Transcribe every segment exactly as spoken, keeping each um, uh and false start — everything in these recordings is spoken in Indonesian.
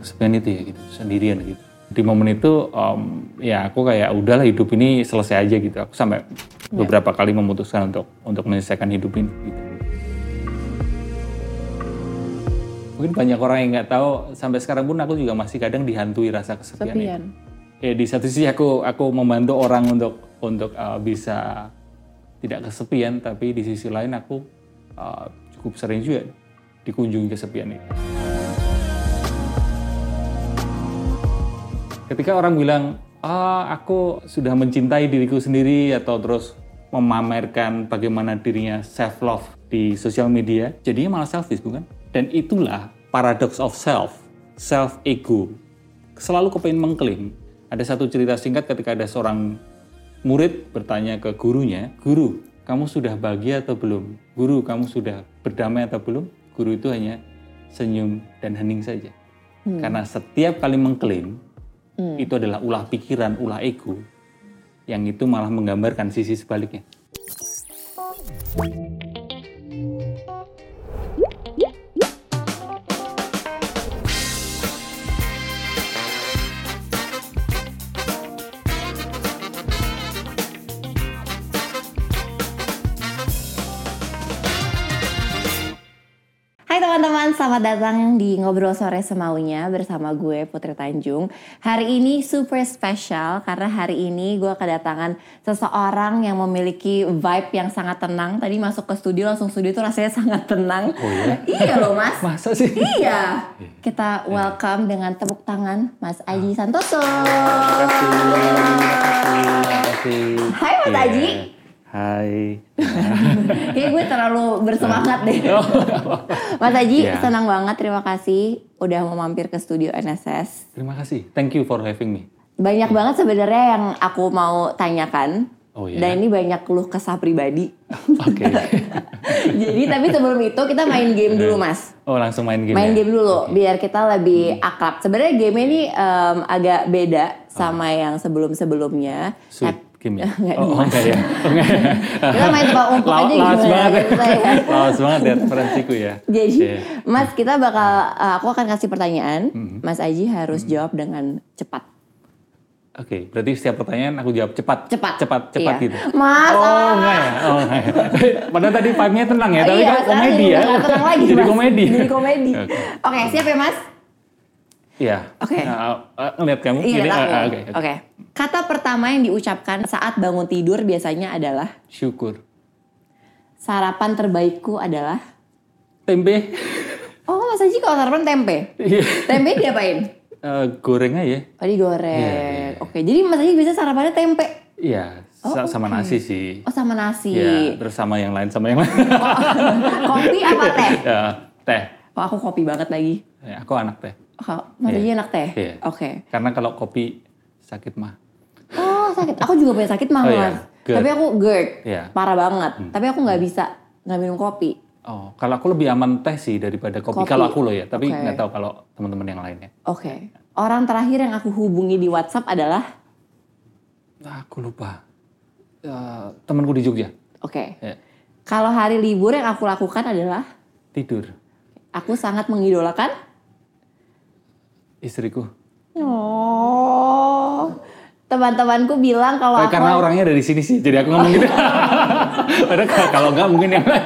kesepian itu ya gitu, sendirian gitu. Di momen itu um, ya aku kayak udahlah hidup ini selesai aja gitu. Aku sampai yeah. beberapa kali memutuskan untuk untuk menyelesaikan hidup ini gitu. Mungkin banyak orang yang nggak tahu, sampai sekarang pun aku juga masih kadang dihantui rasa kesepian. Kesepian. Ya di satu sisi aku aku membantu orang untuk untuk uh, bisa tidak kesepian, tapi di sisi lain aku uh, cukup sering juga dikunjungi kesepian itu. Ketika orang bilang, ah, aku sudah mencintai diriku sendiri atau terus memamerkan bagaimana dirinya self-love di sosial media, jadinya malah selfish, bukan? Dan itulah paradox of self, self-ego. Selalu kepengen mengklaim. Ada satu cerita singkat ketika ada seorang murid bertanya ke gurunya, Guru, kamu sudah bahagia atau belum? Guru, kamu sudah berdamai atau belum? Guru itu hanya senyum dan hening saja. Hmm. Karena setiap kali mengklaim, Hmm. itu adalah ulah pikiran, ulah ego, yang itu malah menggambarkan sisi sebaliknya. Hai teman-teman, selamat datang di Ngobrol Sore Semaunya bersama gue Putri Tanjung. Hari ini super spesial karena hari ini gue kedatangan seseorang yang memiliki vibe yang sangat tenang. Tadi masuk ke studio, langsung studio itu rasanya sangat tenang. Oh iya? Iya loh Mas. Masa sih? Iya. Kita welcome dengan tepuk tangan Mas Aji Santoso. Terima kasih, terima kasih. Hai Mas yeah. Aji. Hai. Kayaknya gue terlalu bersemangat deh. Mas Aji, yeah. senang banget. Terima kasih udah mau mampir ke studio N S S. Terima kasih. Thank you for having me. Banyak yeah. banget sebenarnya yang aku mau tanyakan. Oh, yeah. Dan ini banyak keluh kesah pribadi. Oke. Okay. Jadi tapi sebelum itu kita main game dulu Mas. Oh langsung main game. Main ya? game dulu okay. biar kita lebih hmm. akrab. Sebenarnya game ini um, agak beda sama oh. yang sebelum-sebelumnya. Sweet. Game ya? Enggak oh, nih, oh enggak ya? Oh, enggak ya? Kita main tebak umpuk aja Lawas gimana? Banget. Lawas banget ya referensiku ya. Jadi yeah. Mas kita bakal, uh, aku akan kasih pertanyaan. Mm-hmm. Mas Aji harus mm-hmm. jawab dengan cepat. Oke, okay, berarti setiap pertanyaan aku jawab cepat. Cepat. Cepat, cepat iya. gitu. Mas. Oh enggak ya? Oh enggak ya? Padahal tadi vibe-nya tenang ya, tapi iya, kan komedi ya. Tenang lagi Jadi Mas. komedi. Jadi komedi. Oke, okay. okay, siap ya Mas? Iya. Oke. Okay. Uh, uh, ngeliat kamu. Iya, Oke. uh, Oke. Okay, okay. okay. Kata pertama yang diucapkan saat bangun tidur biasanya adalah? Syukur. Sarapan terbaikku adalah? Tempe. Oh Mas Aji kalau sarapan tempe? Iya. Tempe diapain? Uh, goreng aja. Oh digoreng. Yeah, yeah. Oke, jadi Mas Aji bisa sarapannya tempe? Iya, oh, sama okay. nasi sih. Oh sama nasi. Iya, terus sama yang lain, sama yang lain. Oh, kopi apa teh? Ya, teh. Oh aku kopi banget lagi. Ya, aku anak teh. Oh, Mas Aji yeah. anak teh? Iya. Oke. Okay. Karena kalau kopi sakit mah. Oh sakit, aku juga punya sakit mah oh, Mas. Iya. Tapi aku GERD, yeah. parah banget. Hmm. Tapi aku nggak hmm. bisa nggak minum kopi. Oh, kalau aku lebih aman teh sih daripada kopi. kopi. Kalau aku loh ya, tapi nggak okay. tahu kalau teman-teman yang lainnya. Oke. Okay. Orang terakhir yang aku hubungi di WhatsApp adalah? Nah, aku lupa. Uh, temanku di Jogja. Oke. Okay. Yeah. Kalau hari libur yang aku lakukan adalah? Tidur. Aku sangat mengidolakan? Istriku. Oh. Teman-temanku bilang kalau oh, aku... Karena orangnya dari sini sih, jadi aku ngomong gitu. Padahal kalau enggak mungkin yang lain.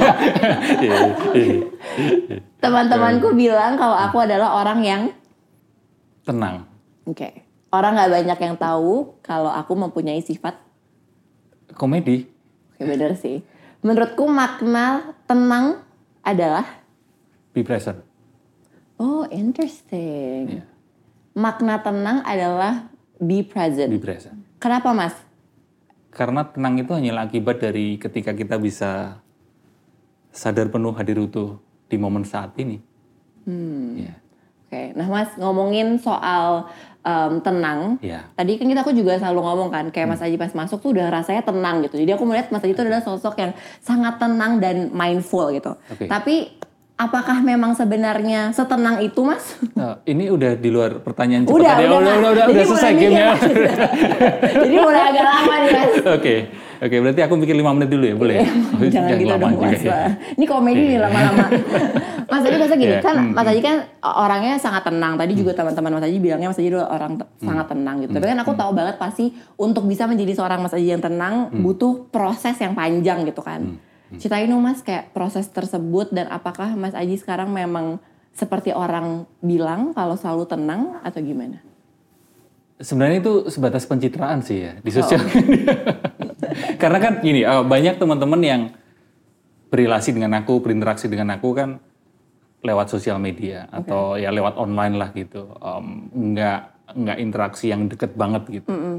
Teman-temanku bilang kalau aku adalah orang yang... tenang. Oke. Okay. Orang gak banyak yang tahu kalau aku mempunyai sifat... komedi. Oke, okay, bener sih. Menurutku makna tenang adalah... be present. Oh, interesting. Yeah. Makna tenang adalah... be present. Be present. Kenapa Mas? Karena tenang itu hanyalah akibat dari ketika kita bisa sadar penuh hadir utuh di momen saat ini. Hmm. Yeah. Oke, okay. Nah Mas ngomongin soal um, tenang. Yeah. Tadi kan kita aku juga selalu ngomong kan, kayak hmm. Mas Aji pas masuk tuh udah rasanya tenang gitu. Jadi aku melihat Mas Aji itu adalah sosok yang sangat tenang dan mindful gitu. Okay. Tapi apakah memang sebenarnya setenang itu Mas? Nah, ini udah di luar pertanyaan cepat udah, tadi. Udah, udah, udah, udah, udah selesai gamenya. Jadi mulai agak lama nih Mas. Oke. Okay. Oke, berarti aku bikin lima menit dulu ya, boleh? Oh, jangan gitu dong Mas. Ya. Ini komedi nih lama-lama. Mas Aji masa gini, yeah. kan Mas Aji kan orangnya sangat tenang. Tadi juga teman-teman Mas Aji bilangnya Mas Aji adalah orang te- hmm. sangat tenang gitu. Tapi kan aku tahu banget pasti untuk bisa menjadi seorang Mas Aji yang tenang hmm. butuh proses yang panjang gitu kan. Hmm. Ceritain dong Mas kayak proses tersebut dan apakah Mas Aji sekarang memang seperti orang bilang kalau selalu tenang atau gimana? Sebenarnya itu sebatas pencitraan sih ya di sosial media. Oh. Karena kan gini, banyak teman-teman yang berrelasi dengan aku, berinteraksi dengan aku kan lewat sosial media okay. atau ya lewat online lah gitu. Um, enggak enggak interaksi yang deket banget gitu. Mm-hmm.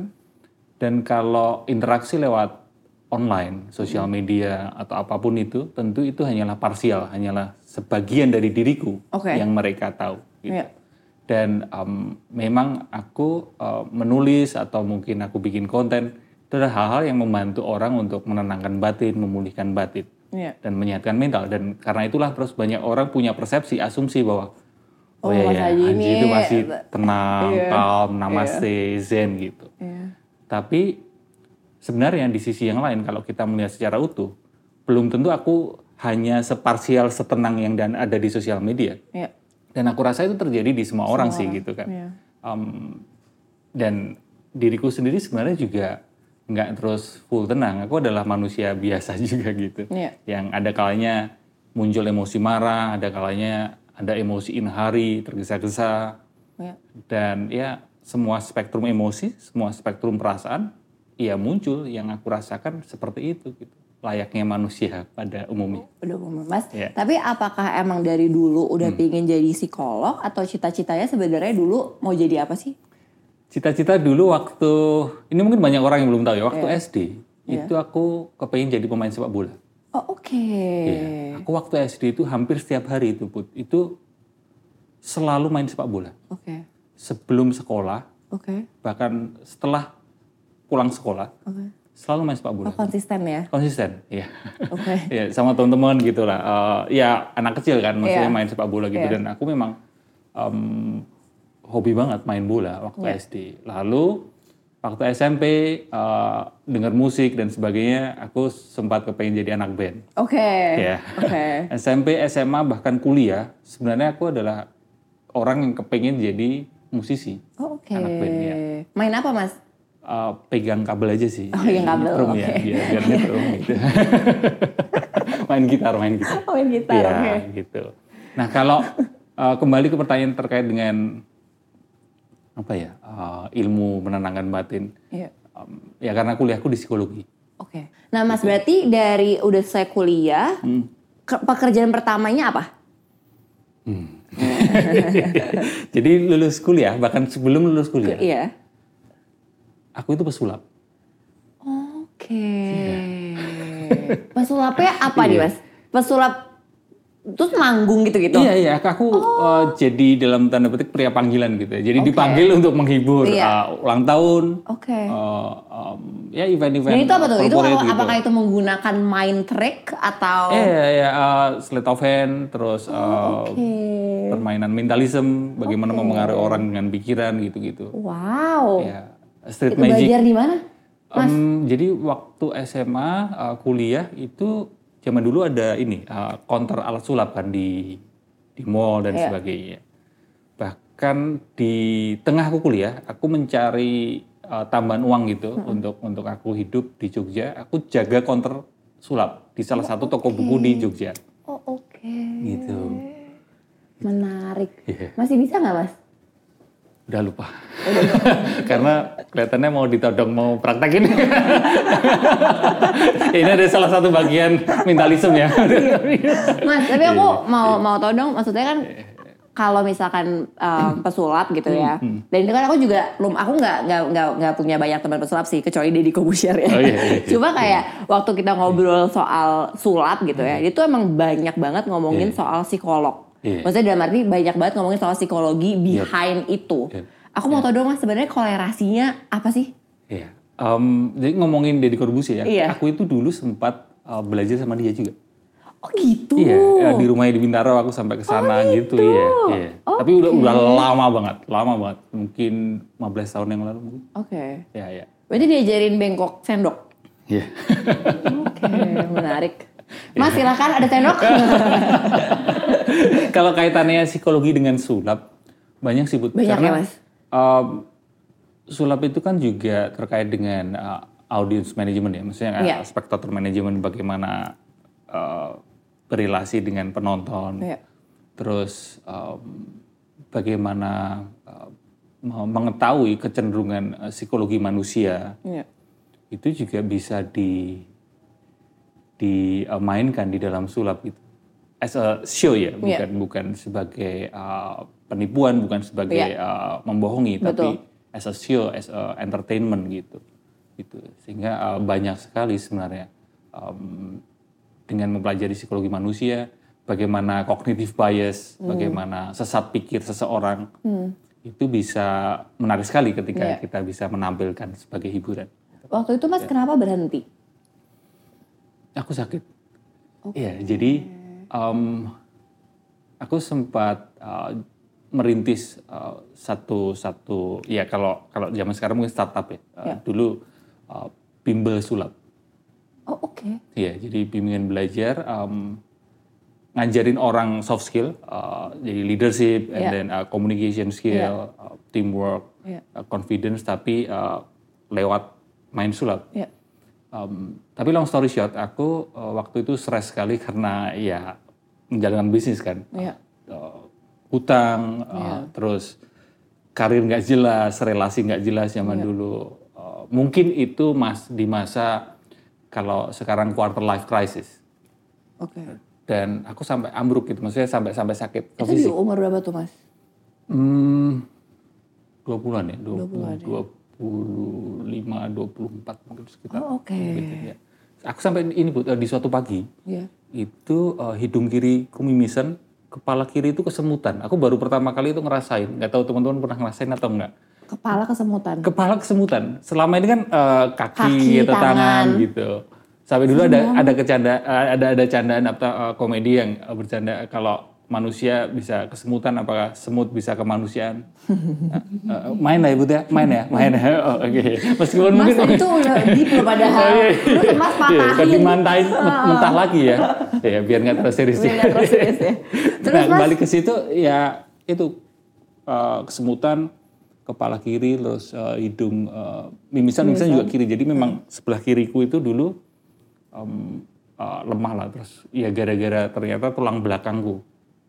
Dan kalau interaksi lewat online, sosial media atau apapun itu, tentu itu hanyalah parsial, hanyalah sebagian dari diriku okay. yang mereka tahu gitu. Yeah. Dan um, memang aku uh, menulis atau mungkin aku bikin konten itu adalah hal-hal yang membantu orang untuk menenangkan batin, memulihkan batin yeah. dan menyehatkan mental. Dan karena itulah terus banyak orang punya persepsi, asumsi bahwa oh, oh ya, ya Haji itu masih tenang, yeah. calm, namaste, yeah. zen gitu. Yeah. Tapi sebenarnya di sisi yang lain kalau kita melihat secara utuh, belum tentu aku hanya separsial setenang yang dan ada di sosial media. Yeah. Dan aku rasa itu terjadi di semua, semua orang, orang sih gitu kan. Yeah. Um, dan diriku sendiri sebenarnya juga nggak terus full tenang. Aku adalah manusia biasa juga gitu. Yeah. Yang ada kalanya muncul emosi marah, ada kalanya ada emosi inhari, tergesa-gesa. Yeah. Dan ya semua spektrum emosi, semua spektrum perasaan, ya muncul yang aku rasakan seperti itu gitu. Layaknya manusia pada umumnya. Udah umum Mas. Yeah. Tapi apakah emang dari dulu udah hmm. pingin jadi psikolog atau cita-citanya sebenarnya dulu mau jadi apa sih? Cita-cita dulu waktu, ini mungkin banyak orang yang belum tahu ya, waktu yeah. S D yeah. itu aku kepengin jadi pemain sepak bola. Oh oke. Okay. Yeah. Aku waktu S D itu hampir setiap hari itu Put, itu selalu main sepak bola. Oke. Okay. Sebelum sekolah, oke. Okay. Bahkan setelah pulang sekolah. Oke. Okay. Selalu main sepak bola. Oh, konsisten ya? Konsisten, iya. Oke. Okay. Ya, sama teman-teman gitu lah. Uh, ya anak kecil kan, maksudnya yeah. main sepak bola gitu. Yeah. Dan aku memang um, hobi banget main bola waktu yeah. S D. Lalu waktu S M P uh, dengar musik dan sebagainya, aku sempat kepengen jadi anak band. Oke. Okay. Ya. Oke. Okay. S M P, S M A bahkan kuliah, sebenarnya aku adalah orang yang kepengen jadi musisi. Oh, oke. Okay. Anak band ya. Main apa Mas? Uh, pegang kabel aja sih. Oh, pegang kabel. Nyetrum okay. ya, biar biar nyetrum gitu. main gitar, main gitar. Oh, main gitar, ya, oke. Okay. gitu. Nah, kalau uh, kembali ke pertanyaan terkait dengan apa ya, uh, ilmu menenangkan batin. Iya. Um, ya karena kuliahku di psikologi. Oke. Okay. Nah, Mas gitu. Berarti dari udah selesai kuliah, hmm. ke- pekerjaan pertamanya apa? Hmm. Jadi lulus kuliah, bahkan sebelum lulus kuliah. Ke, iya. Aku itu pesulap. Oke. Okay. Yeah. Pesulapnya apa nih Mas? Pesulap terus manggung gitu-gitu? Iya, iya. Aku oh. uh, jadi dalam tanda petik pria panggilan gitu ya. Jadi okay. dipanggil untuk menghibur yeah. uh, ulang tahun. Oke. Okay. Uh, um, ya event-event. Dan itu apa tuh? Itu gitu. Apakah itu menggunakan mind trick atau? Iya, yeah, iya. Yeah, uh, sleight of hand, terus uh, okay. permainan mentalism, bagaimana okay. mempengaruhi orang dengan pikiran gitu-gitu. Wow. Yeah. Street itu magic. Belajar di mana, Mas? Um, jadi waktu S M A uh, kuliah itu zaman dulu ada ini uh, counter alat sulap kan di di mall dan yeah. sebagainya. Bahkan di tengah aku kuliah, aku mencari uh, tambahan uang gitu hmm. untuk untuk aku hidup di Jogja. Aku jaga counter sulap di salah oh, satu toko okay. buku di Jogja. Oh oke. Okay. Gitu. Menarik. Yeah. Masih bisa nggak Mas? Udah lupa. Karena kelihatannya mau ditodong, mau praktekin. Ini ada salah satu bagian mentalisme ya. Mas, tapi aku mau mau tahu dong, maksudnya kan kalau misalkan um, pesulap gitu ya. Hmm. Dan itu kan aku juga belum, aku nggak nggak nggak nggak punya banyak teman pesulap sih, kecuali Deddy Kobusier ya. Oh, iya, iya, iya. Cuma kayak iya. waktu kita ngobrol soal sulap gitu ya, itu emang banyak banget ngomongin iya. soal psikolog. Yeah. Maksudnya dalam arti banyak banget ngomongin soal psikologi behind yep. itu. Yep. Aku mau yep. tahu dong Mas, sebenarnya kolerasinya apa sih? Iya. Yeah. Um, jadi ngomongin Deddy Corbuzier ya, yeah. aku itu dulu sempat uh, belajar sama dia juga. Oh gitu. Iya, ya, di rumahnya di Bintaro aku sampai ke sana oh, gitu. gitu Iya. Iya. Okay. Tapi udah udah lama banget, lama banget. Mungkin lima belas tahun yang lalu mungkin. Oke. Okay. Iya, iya. Berarti diajarin bengkok sendok. Iya. Oke, menarik. Mas silakan ada sendok. Kalau kaitannya psikologi dengan sulap, banyak sih Bud. Banyak Karena ya, Mas? Um, sulap itu kan juga terkait dengan uh, audience management ya. Maksudnya uh, Iya. spectator management, bagaimana uh, berrelasi dengan penonton. Iya. Terus um, bagaimana uh, mengetahui kecenderungan uh, psikologi manusia. Iya. Itu juga bisa di dimainkan di dalam sulap gitu. As a show ya, bukan Yeah. bukan sebagai uh, penipuan, bukan sebagai Yeah. uh, membohongi, Betul. tapi as a show, as a entertainment gitu. Gitu. Sehingga uh, banyak sekali sebenarnya um, dengan mempelajari psikologi manusia, bagaimana cognitive bias, Hmm. bagaimana sesat pikir seseorang, Hmm. itu bisa menarik sekali ketika Yeah. kita bisa menampilkan sebagai hiburan. Waktu itu Mas kenapa berhenti? Aku sakit. Iya, jadi um, aku sempat uh, merintis uh, satu satu ya kalau kalau zaman sekarang mungkin startup ya. Uh, Ya. Dulu uh, bimbel sulap. Oh oke. Iya, jadi bimbingan belajar um, ngajarin orang soft skill, uh, jadi leadership and Ya. then uh, communication skill, uh, teamwork, Ya. uh, confidence, tapi uh, lewat main sulap. Ya. Um, tapi long story short, aku uh, waktu itu stres sekali karena ya menjalankan bisnis kan, Iya. Uh, hutang, uh, Iya. terus karir nggak jelas, relasi nggak jelas zaman Iya. dulu. Uh, mungkin itu mas di masa kalau sekarang quarter life crisis, Oke. dan aku sampai ambruk gitu, maksudnya sampai sampai sakit ke Itu di fisik. umur berapa tuh Mas? Hmm, dua puluhan ya, dua dua puluhan ya. puluh lima, dua puluh empat mungkin sekitar. Oh, oke. Gitu, ya. Aku sampai ini Bu, di suatu pagi, Iya. itu uh, hidung kiri kumimisan, kepala kiri itu kesemutan. Aku baru pertama kali itu ngerasain, nggak tahu teman-teman pernah ngerasain atau enggak. Kepala kesemutan. Kepala kesemutan. Selama ini kan uh, kaki, Kaki, atau tangan. tangan. gitu. Sampai dulu ada ada kecanda uh, ada ada candaan atau uh, komedi yang uh, bercanda kalau manusia bisa kesemutan, apakah semut bisa kemanusiaan? uh, uh, main lah Ibu ya, main ya, main ya. Oh, oke. Okay. Meskipun Mas mungkin itu udah deep loh padahal. Lu kan Mas Iya, kan patahin. dimantain mentah lagi ya. Ya biar nggak terus serius. Biar nggak terus serius ya. Terus Nah, Mas, kembali ke situ ya itu uh, kesemutan kepala kiri terus uh, hidung uh, mimisan mimisan juga kiri. Jadi memang sebelah kiriku itu dulu um, uh, lemah lah, terus ya gara-gara ternyata tulang belakangku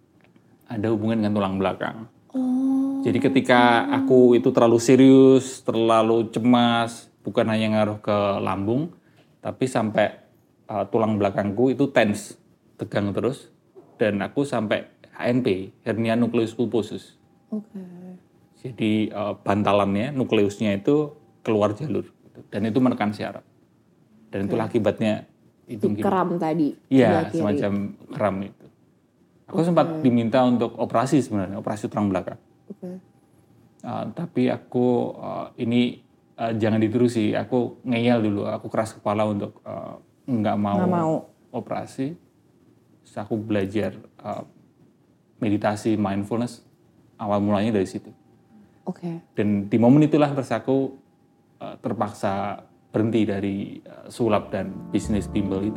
ada hubungan dengan tulang belakang. oh, Jadi ketika aku itu terlalu serius, terlalu cemas, bukan hanya ngaruh ke lambung, tapi sampai uh, tulang belakangku itu tense, tegang terus, dan aku sampai H N P, hernia nucleus pulposus. oke. Jadi uh, bantalannya, nukleusnya itu keluar jalur, gitu. Dan itu menekan syaraf. Dan itulah akibatnya hidung kiri. Kram tadi. Iya, sebelah kiri. semacam kram itu. Aku sempat diminta untuk operasi sebenarnya, operasi tulang belakang. Oke. Uh, tapi aku uh, ini uh, jangan diterusi. Aku ngeyel dulu. Aku keras kepala untuk uh, nggak mau, Nggak mau. operasi. Terus aku belajar uh, meditasi, mindfulness. Awal mulanya dari situ. Oke. Dan di momen itulah terus aku uh, terpaksa berhenti dari uh, sulap dan bisnis bimbel itu.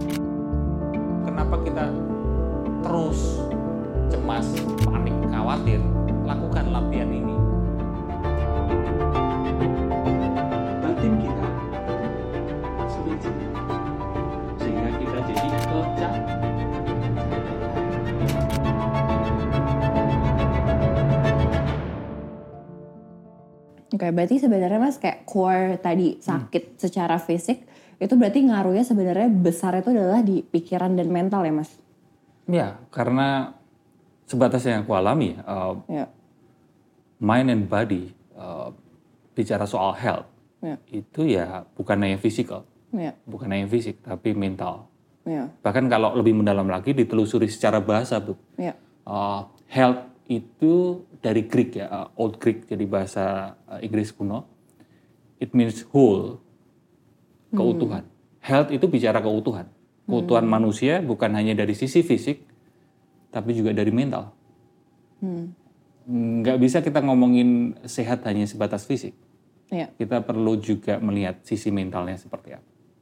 Kenapa kita terus cemas, panik, khawatir? Lakukan latihan ini. Batin kita suci, sehingga kita jadi kecak. Oke, berarti sebenarnya Mas kayak core tadi sakit secara fisik itu berarti ngaruhnya sebenarnya besar itu adalah di pikiran dan mental ya Mas? Ya, karena sebatas yang aku alami, uh, Ya. mind and body, uh, bicara soal health, Ya. itu ya bukan hanya physical, Ya. bukan hanya fisik, tapi mental. Ya. Bahkan kalau lebih mendalam lagi ditelusuri secara bahasa, Bu. Ya. Uh, health itu dari Greek ya, uh, Old Greek, jadi bahasa uh, Inggris kuno. It means whole, keutuhan. Health itu bicara keutuhan. Keutuhan manusia bukan hanya dari sisi fisik, tapi juga dari mental. Hmm. Nggak bisa kita ngomongin sehat hanya sebatas fisik. Ya. Kita perlu juga melihat sisi mentalnya seperti apa.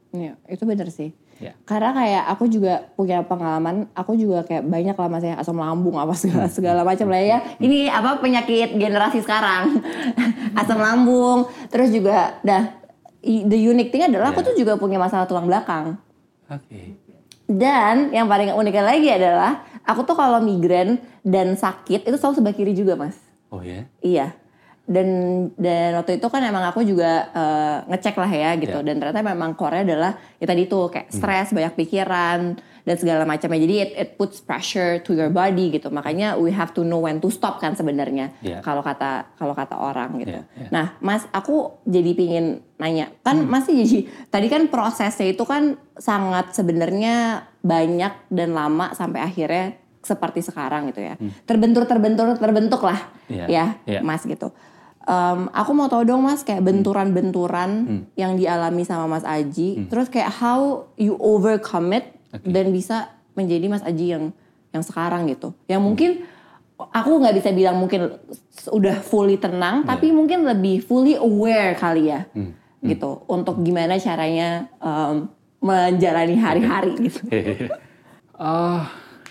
Iya, itu benar sih. Ya. Karena kayak aku juga punya pengalaman, aku juga kayak banyak lah mas ya asam lambung apa segala segala macam lah ya. Ini apa penyakit generasi sekarang, asam lambung. Terus juga, dah the unique thing adalah aku Ya. tuh juga punya masalah tulang belakang. Oke. Okay. Dan yang paling uniknya lagi adalah aku tuh kalau migrain dan sakit itu selalu sebelah kiri juga mas. Oh ya? Iya. Dan dan waktu itu kan emang aku juga uh, ngecek lah ya gitu. Yeah. Dan ternyata memang core adalah ya tadi tuh kayak stres, hmm. banyak pikiran dan segala macamnya. Jadi it, it puts pressure to your body gitu. Makanya we have to know when to stop kan sebenarnya. Yeah. Kalau kata kalau kata orang gitu. Yeah, yeah. Nah, Mas, aku jadi pingin nanya. Kan hmm. Mas jadi tadi kan prosesnya itu kan sangat sebenarnya banyak dan lama sampai akhirnya seperti sekarang gitu ya. Hmm. Terbentur-terbentur terbentuk lah yeah. ya, yeah. Mas gitu. Um, aku mau tahu dong mas kayak benturan-benturan hmm. yang dialami sama Mas Aji, hmm. terus kayak how you overcome it okay. dan bisa menjadi Mas Aji yang yang sekarang gitu. Yang mungkin hmm. aku nggak bisa bilang mungkin udah fully tenang, yeah. tapi mungkin lebih fully aware kali ya, hmm. Hmm. gitu. Untuk gimana caranya um, menjalani hari-hari okay. gitu. uh,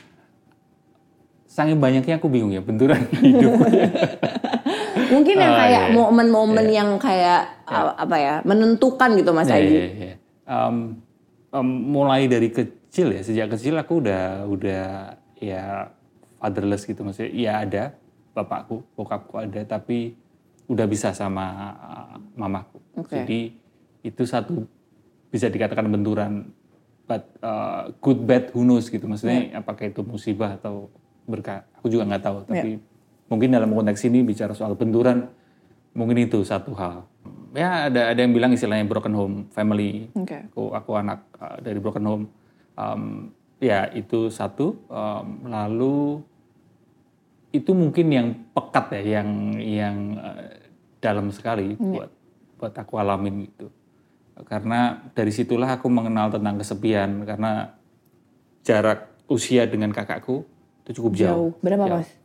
Saking banyaknya aku bingung ya benturan hidup. Mungkin yang oh, kayak yeah. momen-momen yeah. yang kayak yeah. apa ya menentukan gitu Mas Aji. Yeah, yeah, yeah. Um, um, mulai dari kecil ya, sejak kecil aku udah udah ya fatherless gitu maksudnya. Ya ada bapakku, bokapku ada, tapi udah bisa sama uh, mamaku. Okay. Jadi itu satu bisa dikatakan benturan, but uh, good bad who knows gitu. Maksudnya yeah. apakah itu musibah atau berkah? Aku juga nggak tahu. Tapi yeah. mungkin dalam konteks ini bicara soal benturan, mungkin itu satu hal. Ya ada ada yang bilang istilahnya broken home family. Okay. Aku aku anak uh, dari broken home. Um, ya itu satu. Um, lalu itu mungkin yang pekat ya, yang yang uh, dalam sekali yeah. buat buat aku alamin gitu. Karena dari situlah aku mengenal tentang kesepian. Karena jarak usia dengan kakakku itu cukup jauh. Jauh. Berapa jauh. Mas?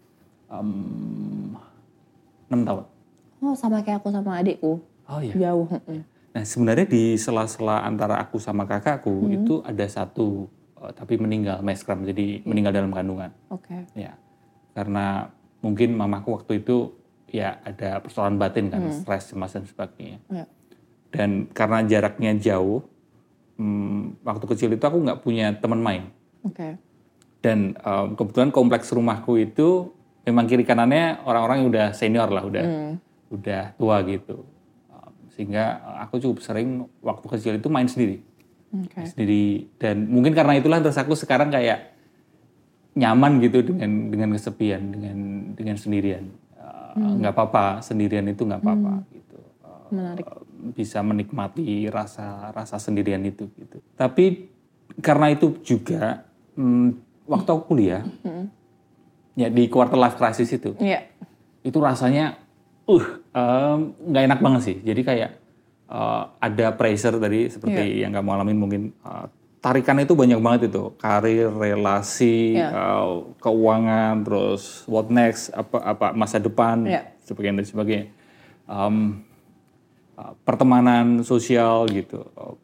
Um, enam tahun. Oh sama kayak aku sama adikku. Oh iya. Jauh. Nah sebenarnya di sela-sela antara aku sama kakakku hmm. itu ada satu uh, tapi meninggal meskram, jadi hmm. meninggal dalam kandungan. Oke. Okay. Ya karena mungkin mamaku waktu itu ya ada persoalan batin kan, hmm. stres, cemas dan sebagainya. Ya. Dan karena jaraknya jauh, hmm, waktu kecil itu aku nggak punya teman main. Oke. Okay. Dan um, kebetulan kompleks rumahku itu memang kiri kanannya orang-orang yang udah senior lah, udah hmm. udah tua gitu, um, sehingga aku cukup sering waktu kecil itu main sendiri, okay. sendiri. Dan mungkin karena itulah terus aku sekarang kayak nyaman gitu dengan dengan kesepian, dengan dengan sendirian. Uh, hmm. Nggak apa-apa sendirian itu nggak apa-apa hmm. gitu. Uh, Menarik. Bisa menikmati rasa rasa sendirian itu gitu. Tapi karena itu juga hmm, waktu aku kuliah. Hmm. Ya di quarter life crisis itu, yeah. itu rasanya, uh, nggak um, enak banget sih. Jadi kayak uh, ada pressure tadi seperti yeah. yang kamu alamin mungkin uh, tarikan itu banyak banget itu, karir, relasi, yeah. uh, keuangan, terus what next, apa apa masa depan, yeah. sebagainya dan sebagainya, um, uh, pertemanan sosial gitu, uh,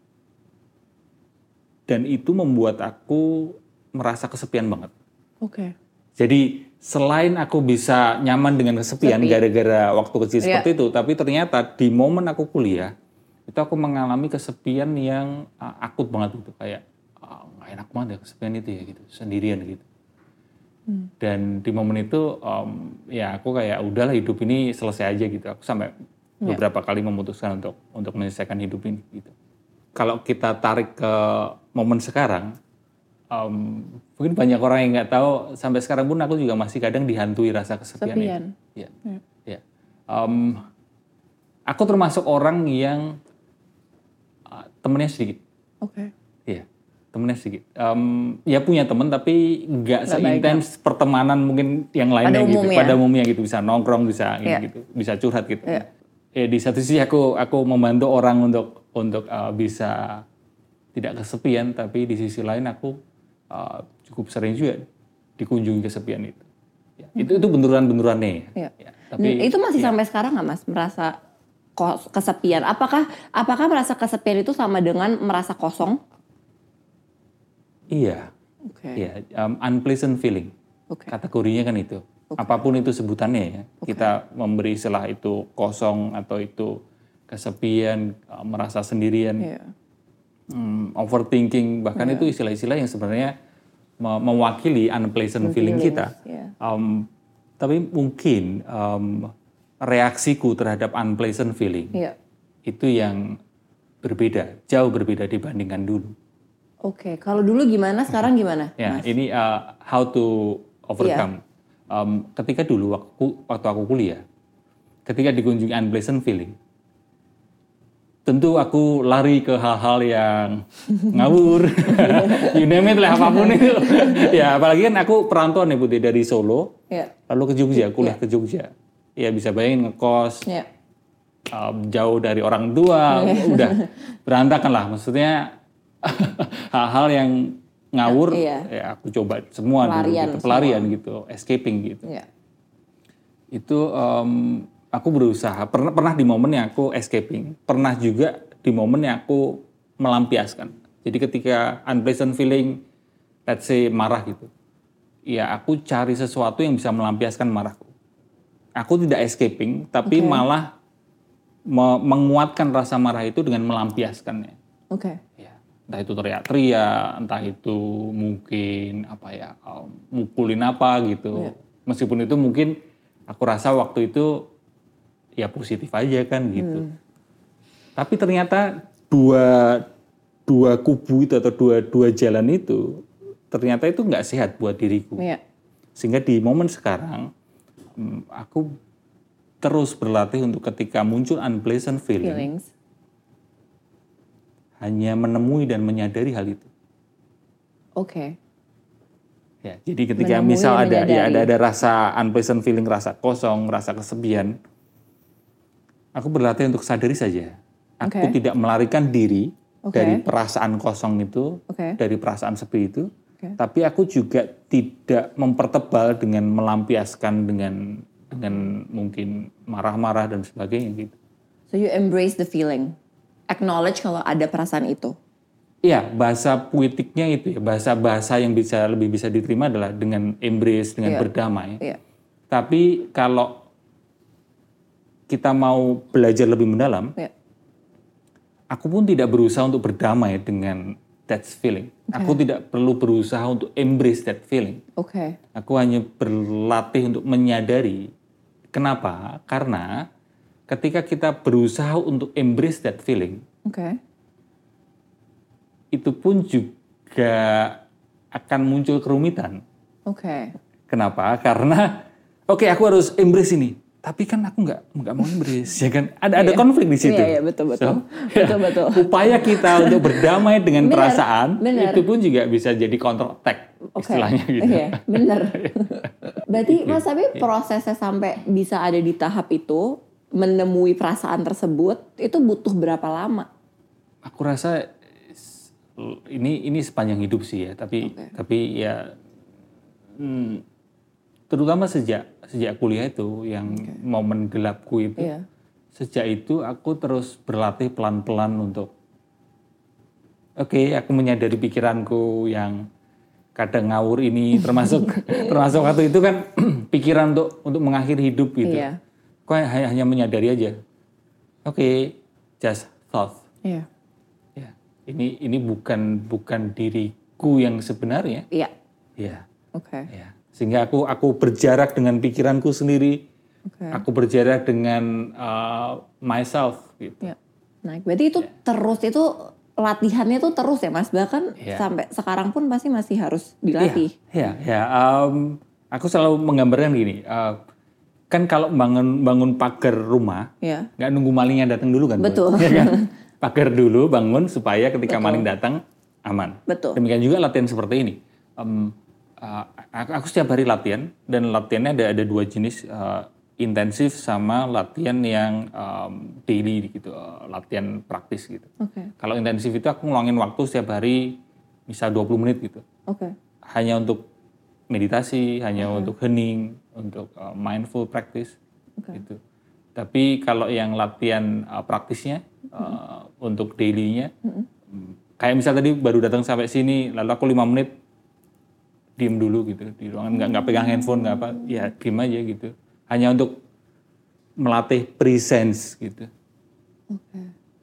dan itu membuat aku merasa kesepian banget. Oke. Okay. Jadi selain aku bisa nyaman dengan kesepian Sepi. gara-gara waktu kecil yeah. seperti itu, tapi ternyata di momen aku kuliah itu aku mengalami kesepian yang uh, akut banget itu, kayak nggak uh, enak banget ya kesepian itu ya gitu, sendirian gitu. Hmm. Dan di momen itu um, ya aku kayak udahlah hidup ini selesai aja gitu. Aku sampai yeah. beberapa kali memutuskan untuk untuk menyelesaikan hidup ini gitu. Kalau kita tarik ke momen sekarang. Um, mungkin banyak orang yang nggak tahu sampai sekarang pun aku juga masih kadang dihantui rasa kesepian Sepian. itu. Ya, hmm. ya. Um, aku termasuk orang yang uh, temennya sedikit. Oke. Okay. Iya, temennya sedikit. Um, ya punya teman tapi nggak seintens pertemanan mungkin yang lainnya pada gitu. Umumnya. Pada umumnya gitu, bisa nongkrong, bisa yeah. gitu, bisa curhat gitu. Yeah. Ya di satu sisi aku aku membantu orang untuk untuk uh, bisa tidak kesepian, tapi di sisi lain aku Uh, cukup sering juga dikunjungi kesepian itu. Ya, hmm. Itu itu benturan-benturannya. Ya. Ya. Ya, tapi itu masih ya. sampai sekarang nggak mas merasa kos- kesepian. Apakah apakah merasa kesepian itu sama dengan merasa kosong? Iya, Oke. iya, um, unpleasant feeling. Oke. Kategorinya kan itu. Oke. Apapun itu sebutannya ya. Oke. Kita memberi istilah itu kosong atau itu kesepian, uh, merasa sendirian, Iya. um, overthinking, bahkan itu istilah-istilah yang sebenarnya me- mewakili unpleasant feeling Feelings, kita. iya. Um, tapi mungkin um, reaksiku terhadap unpleasant feeling Iya. itu yang berbeda, jauh berbeda dibandingkan dulu. Oke, kalau dulu gimana, sekarang gimana? Ya, Mas? ini uh, how to overcome. Um, ketika dulu waktu, waktu aku kuliah, ketika dikunjungi unpleasant feeling, tentu aku lari ke hal-hal yang ngawur, you name it lah, apapun itu. Ya, apalagi kan aku perantauan ya Putih, dari Solo, Iya. lalu ke Jogja, kuliah ke Jogja. Ya bisa bayangin ngekos, Iya. um, jauh dari orang tua, udah berantakan lah. Maksudnya hal-hal yang ngawur, Iya. ya aku coba semua Pelarian dulu, gitu, pelarian gitu, escaping gitu. Iya. Itu um, aku berusaha, pernah pernah di momen yang aku escaping, pernah juga di momen yang aku melampiaskan. Jadi ketika unpleasant feeling, let's say marah gitu, ya aku cari sesuatu yang bisa melampiaskan marahku. Aku tidak escaping, tapi Oke. malah me- menguatkan rasa marah itu dengan melampiaskannya. Oke. Ya, entah itu teriak-teriak, entah itu mungkin apa ya, um, mukulin apa gitu. Iya. Meskipun itu mungkin aku rasa waktu itu ya positif aja kan gitu. Hmm. Tapi ternyata dua dua kubu itu atau dua dua jalan itu ternyata itu nggak sehat buat diriku. Iya. Sehingga di momen sekarang hmm, aku terus berlatih untuk ketika muncul unpleasant feeling, Feelings. hanya menemui dan menyadari hal itu. Oke. Ya, jadi ketika Menemui misal dan ada ya menyadari. ada ada rasa unpleasant feeling, rasa kosong, rasa kesepian, aku berlatih untuk sadari saja. Aku Oke. tidak melarikan diri Oke. dari perasaan kosong itu, Oke. dari perasaan sepi itu, Oke. tapi aku juga tidak mempertebal dengan melampiaskan dengan dengan mungkin marah-marah dan sebagainya gitu. So you embrace the feeling. Acknowledge kalau ada perasaan itu. Iya, bahasa puitiknya itu ya, bahasa-bahasa yang bisa lebih bisa diterima adalah dengan embrace, dengan Iya. berdamai. Iya. Tapi kalau kita mau belajar lebih mendalam, Iya. aku pun tidak berusaha untuk berdamai dengan that feeling. Aku tidak perlu berusaha untuk embrace that feeling. Oke. Aku hanya berlatih untuk menyadari. Kenapa? Karena ketika kita berusaha untuk embrace that feeling, Oke. itu pun juga akan muncul kerumitan. Oke. Kenapa? Karena oke okay, aku harus embrace ini, tapi kan aku nggak nggak mau embrace, ya kan? Ada ada Iya. konflik di situ. Iya, iya, betul, betul. Betul, betul. Upaya kita untuk berdamai dengan Benar, perasaan benar. itu pun juga bisa jadi counter attack Oke. istilahnya gitu. Iya, benar. Berarti Mas, tapi prosesnya sampai bisa ada di tahap itu, menemui perasaan tersebut, itu butuh berapa lama? Aku rasa ini ini sepanjang hidup sih ya, tapi Oke. tapi ya hmm, terutama sejak sejak kuliah itu yang momen gelapku itu, Iya. sejak itu aku terus berlatih pelan-pelan untuk oke okay, aku menyadari pikiranku yang kadang ngawur ini termasuk termasuk waktu itu kan pikiran untuk untuk mengakhiri hidup gitu. Iya. Kok hanya, hanya menyadari aja. Oke, okay, just thought. Iya. Ya, ini ini bukan bukan diriku yang sebenarnya. Iya. Ya, Oke. ya. Sehingga aku aku berjarak dengan pikiranku sendiri. Oke. Aku berjarak dengan uh, myself gitu. Iya. Nah, berarti itu terus itu latihannya tuh terus ya Mas, bahkan Iya. sampai sekarang pun pasti masih harus dilatih. Ya, ya. Um, aku selalu menggambarkan gini. Uh, kan kalau bangun bangun pagar rumah, Iya. nggak nunggu malingnya datang dulu kan? Boy? Betul. Ya kan? Pagar dulu bangun supaya ketika Betul. maling datang aman. Betul. Demikian juga latihan seperti ini. Um, uh, aku, aku setiap hari latihan dan latihannya ada ada dua jenis, uh, intensif sama latihan yang um, daily gitu, uh, latihan praktis gitu. Oke. Kalau intensif itu aku ngulangin waktu setiap hari misal dua puluh menit gitu. Oke. Hanya untuk meditasi, hanya untuk hening, untuk uh, mindful practice Oke. gitu. Tapi kalau yang latihan uh, praktisnya uh, untuk daily-nya, mm-hmm. kayak misal tadi baru datang sampai sini, lalu aku lima menit diem dulu gitu di ruangan, nggak nggak pegang handphone, nggak apa, ya diem aja gitu. Hanya untuk melatih presence gitu. Oke.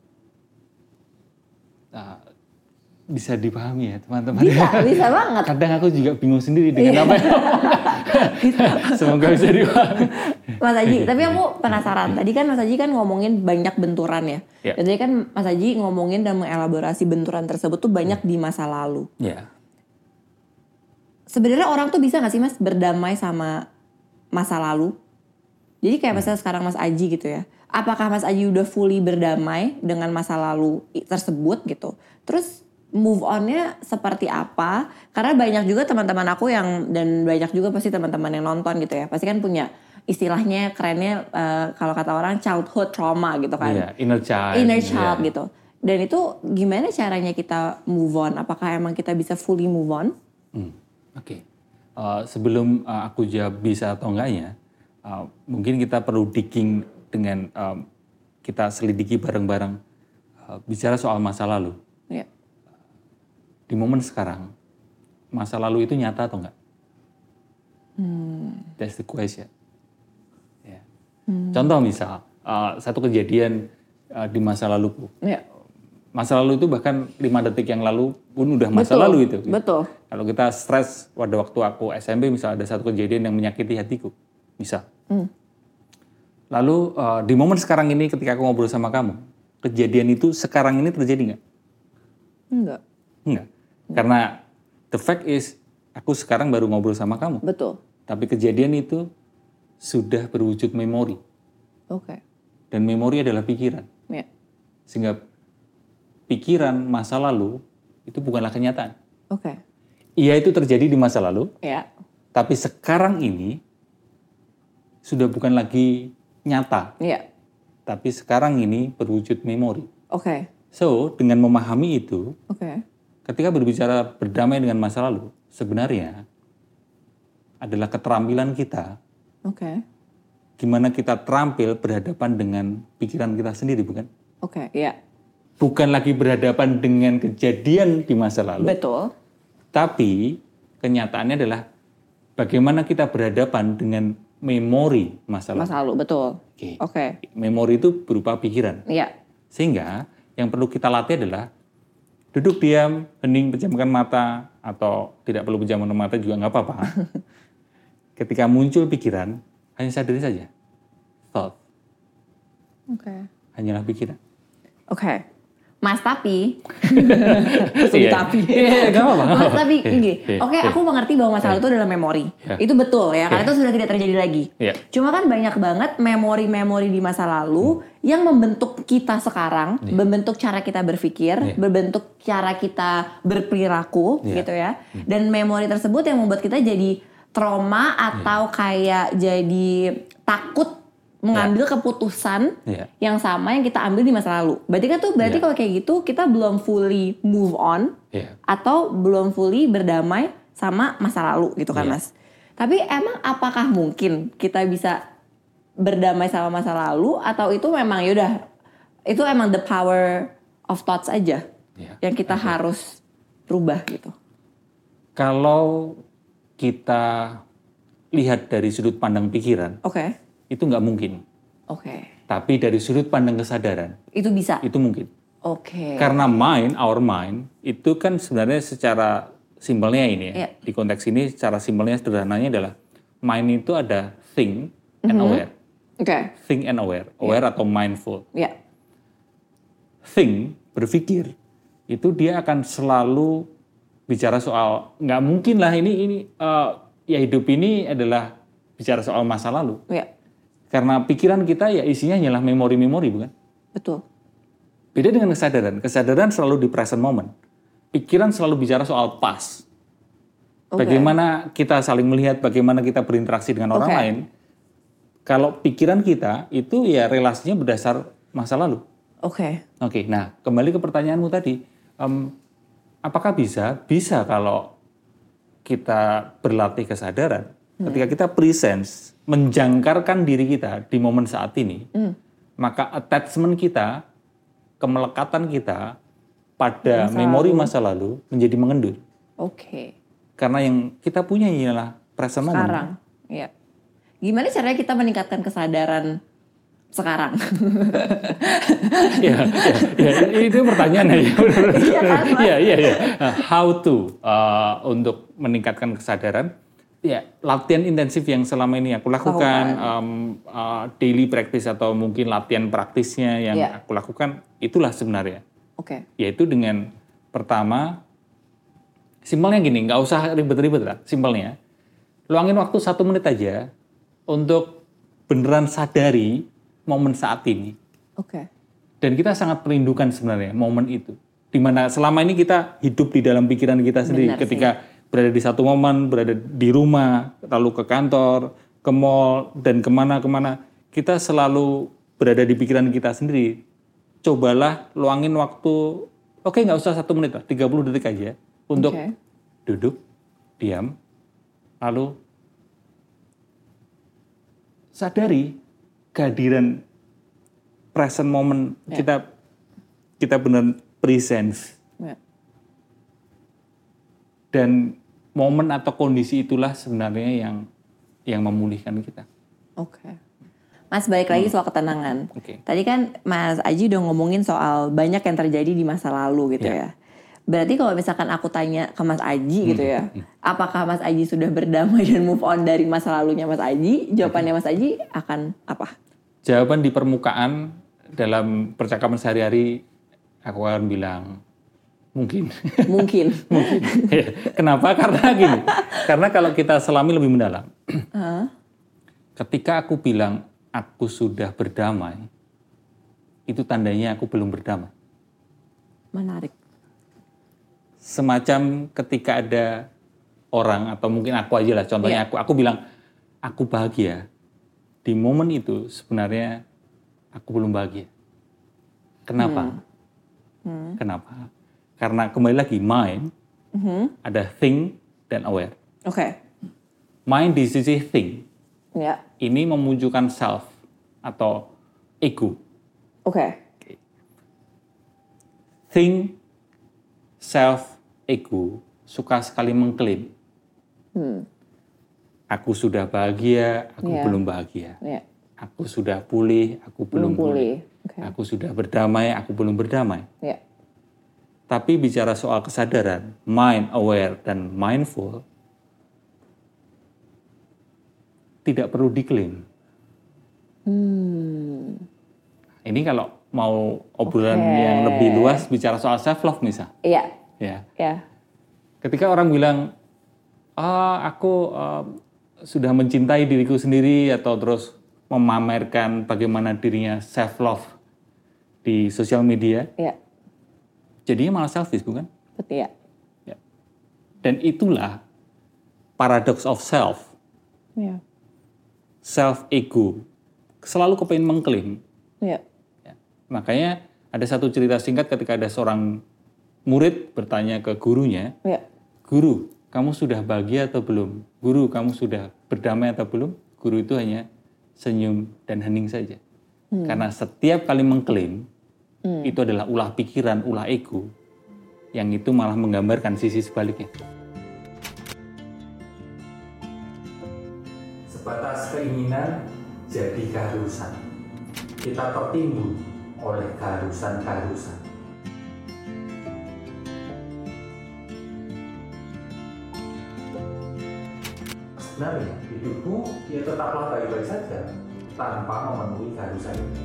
Nah, bisa dipahami ya teman-teman. Bisa, bisa banget. Kadang aku juga bingung sendiri dengan apa yang semoga bisa dipahami. Mas Aji, tapi aku penasaran. Tadi kan Mas Aji kan ngomongin banyak benturan ya. Ya. Dan tadi kan Mas Aji ngomongin dan mengelaborasi benturan tersebut tuh banyak di masa lalu. Ya. Sebenarnya orang tuh bisa gak sih Mas berdamai sama masa lalu? Jadi kayak misalnya sekarang Mas Aji gitu ya. Apakah Mas Aji udah fully berdamai dengan masa lalu tersebut gitu? Terus move on-nya seperti apa? Karena banyak juga teman-teman aku yang, dan banyak juga pasti teman-teman yang nonton gitu ya, pasti kan punya istilahnya kerennya uh, kalau kata orang childhood trauma gitu kan. Yeah, inner child. Inner child yeah. gitu. Dan itu gimana caranya kita move on? Apakah emang kita bisa fully move on? Hmm, Oke. Okay. Uh, sebelum uh, aku jawab bisa atau enggaknya, uh, mungkin kita perlu digging dengan um, kita selidiki bareng-bareng uh, bicara soal masa lalu. Yeah. Di momen sekarang, masa lalu itu nyata atau enggak? Hmm. That's the question. Yeah. Hmm. Contoh misal, uh, satu kejadian uh, di masa laluku. Yeah. Masa lalu itu bahkan lima detik yang lalu pun udah masa betul, lalu itu. Betul. Kalau kita stres pada waktu aku S M P misal ada satu kejadian yang menyakiti hatiku, misal. Hmm. Lalu uh, di momen sekarang ini ketika aku ngobrol sama kamu, kejadian itu sekarang ini terjadi nggak? Enggak. Enggak. Karena the fact is, aku sekarang baru ngobrol sama kamu. Betul. Tapi kejadian itu sudah berwujud memori. Oke. Okay. Dan memori adalah pikiran. Yeah. Sehingga pikiran masa lalu itu bukanlah kenyataan. Oke. Okay. Iya itu terjadi di masa lalu. Yeah. Tapi sekarang ini sudah bukan lagi nyata. Iya. Yeah. Tapi sekarang ini berwujud memori. Oke. Okay. So, dengan memahami itu, oke. Okay. Ketika berbicara berdamai dengan masa lalu, sebenarnya adalah keterampilan kita. Oke. Okay. Gimana kita terampil berhadapan dengan pikiran kita sendiri, bukan? Oke, okay, iya. Yeah. Bukan lagi berhadapan dengan kejadian di masa lalu. Betul. Tapi kenyataannya adalah bagaimana kita berhadapan dengan memori masa lalu. Masa lalu, betul. Oke. Okay. Okay. Memori itu berupa pikiran. Iya. Yeah. Sehingga yang perlu kita latih adalah duduk diam, hening, pejamkan mata, atau tidak perlu pejamkan mata juga nggak apa-apa. Ketika muncul pikiran, hanya sadari saja. Thought. Oke. Okay. Hanyalah pikiran. Oke. Okay. Mas tapi, iya, tapi, iya, gak apa-apa. Mas tapi, gini, oke, aku mengerti bahwa masa lalu itu adalah memori, yeah. Itu betul ya, karena yeah. Itu sudah tidak terjadi lagi. Yeah. Cuma kan banyak banget memori-memori di masa lalu hmm. yang membentuk kita sekarang, yeah. Membentuk cara kita berpikir, yeah. Membentuk cara kita berperilaku, yeah. Gitu ya. Hmm. Dan memori tersebut yang membuat kita jadi trauma atau yeah. Kayak jadi takut mengambil yeah. Keputusan yeah. Yang sama yang kita ambil di masa lalu. Berarti kan tuh berarti yeah. Kalau kayak gitu kita belum fully move on yeah. Atau belum fully berdamai sama masa lalu gitu kan yeah. Mas. Tapi emang apakah mungkin kita bisa berdamai sama masa lalu atau itu memang yaudah itu emang the power of thoughts aja yeah. Yang kita okay. Harus rubah gitu. Kalau kita lihat dari sudut pandang pikiran. Oke. Okay. Itu nggak mungkin. Oke. Okay. Tapi dari sudut pandang kesadaran. Itu bisa? Itu mungkin. Oke. Okay. Karena mind, our mind, itu kan sebenarnya secara simpelnya ini ya. Yeah. Di konteks ini secara simpelnya sederhananya adalah mind itu ada think and mm-hmm. aware. Oke. Okay. Think and aware. Aware yeah. Atau mindful. Iya. Yeah. Think, berpikir, itu dia akan selalu bicara soal, nggak mungkin lah ini, ini uh, ya hidup ini adalah bicara soal masa lalu. Iya. Yeah. Karena pikiran kita ya isinya hanyalah memori-memori, bukan? Betul. Beda dengan kesadaran. Kesadaran selalu di present moment. Pikiran selalu bicara soal past. Okay. Bagaimana kita saling melihat, bagaimana kita berinteraksi dengan orang okay. lain. Kalau pikiran kita itu ya relasinya berdasar masa lalu. Oke. Okay. Oke, okay, nah kembali ke pertanyaanmu tadi. Um, apakah bisa? Bisa kalau kita berlatih kesadaran. Ketika kita presence, menjangkarkan diri kita di momen saat ini, hmm. maka attachment kita, kemelekatan kita pada masa memori lalu. masa lalu menjadi mengendur. Oke. Okay. Karena yang kita punya ialah present moment. Sekarang, ya. Gimana caranya kita meningkatkan kesadaran sekarang? ya, ya, ya, itu pertanyaan ya. Iya, iya, iya. How to uh, untuk meningkatkan kesadaran? Ya, latihan intensif yang selama ini aku lakukan, oh, um, uh, daily practice atau mungkin latihan praktisnya yang yeah. aku lakukan, itulah sebenarnya. Oke. Okay. Yaitu dengan pertama, simpelnya gini, nggak usah ribet-ribet lah, simpelnya. Luangin waktu satu menit aja untuk beneran sadari momen saat ini. Oke. Okay. Dan kita sangat merindukan sebenarnya momen itu. Dimana selama ini kita hidup di dalam pikiran kita sendiri. Benar ketika sih. Berada di satu momen, berada di rumah, lalu ke kantor, ke mall, dan kemana-kemana. Kita selalu berada di pikiran kita sendiri. Cobalah luangin waktu, oke okay, nggak usah satu menit lah, tiga puluh detik aja. Untuk okay. duduk, diam, lalu sadari kehadiran present moment yeah. kita kita benar presence yeah. dan momen atau kondisi itulah sebenarnya yang yang memulihkan kita. Oke, okay. Mas balik lagi hmm. soal ketenangan. Okay. Tadi kan Mas Aji udah ngomongin soal banyak yang terjadi di masa lalu gitu yeah. ya. Berarti kalau misalkan aku tanya ke Mas Aji hmm. gitu ya, hmm. apakah Mas Aji sudah berdamai dan move on dari masa lalunya Mas Aji? Jawabannya Mas Aji akan apa? Jawaban di permukaan dalam percakapan sehari-hari aku akan bilang mungkin. Mungkin. Mungkin. Ya. Kenapa? Karena gini. Karena kalau kita selami lebih mendalam. Uh. Ketika aku bilang aku sudah berdamai, itu tandanya aku belum berdamai. Menarik. Semacam ketika ada orang atau mungkin aku aja lah contohnya yeah. aku aku bilang aku bahagia. Di momen itu sebenarnya aku belum bahagia. Kenapa? Hmm. Hmm. Kenapa? Karena kembali lagi mind, mm-hmm. ada think dan aware. Oke. Okay. Mind di sisi think. Ya. Yeah. Ini memunculkan self atau ego. Oke. Okay. Okay. Think, self, ego suka sekali mengklaim. Hmm. Aku sudah bahagia, aku yeah. belum bahagia. Yeah. Aku sudah pulih, aku belum, belum pulih. pulih. Okay. Aku sudah berdamai, aku belum berdamai. Yeah. Tapi bicara soal kesadaran, mind aware dan mindful, tidak perlu diklaim. Hmm. Ini kalau mau obrolan okay. yang lebih luas bicara soal self love misal. Iya. Yeah. Ya. Yeah. Ketika orang bilang, ah aku uh, sudah mencintai diriku sendiri atau terus memamerkan bagaimana dirinya self love di sosial media. Iya. Yeah. Jadinya malah selfish, bukan? Betul ya. Ya. Dan itulah paradox of self. Ya. Self ego. Selalu kepengen mengklaim. Ya. Ya. Makanya ada satu cerita singkat ketika ada seorang murid bertanya ke gurunya. Ya. Guru, kamu sudah bahagia atau belum? Guru, kamu sudah berdamai atau belum? Guru itu hanya senyum dan hening saja. Hmm. Karena setiap kali mengklaim, Hmm. itu adalah ulah pikiran, ulah ego, yang itu malah menggambarkan sisi sebaliknya. Sebatas keinginan jadi keharusan. Kita tertimbun oleh keharusan-keharusan. Sebenarnya hidupku ya tetaplah baik-baik saja tanpa memenuhi keharusan itu.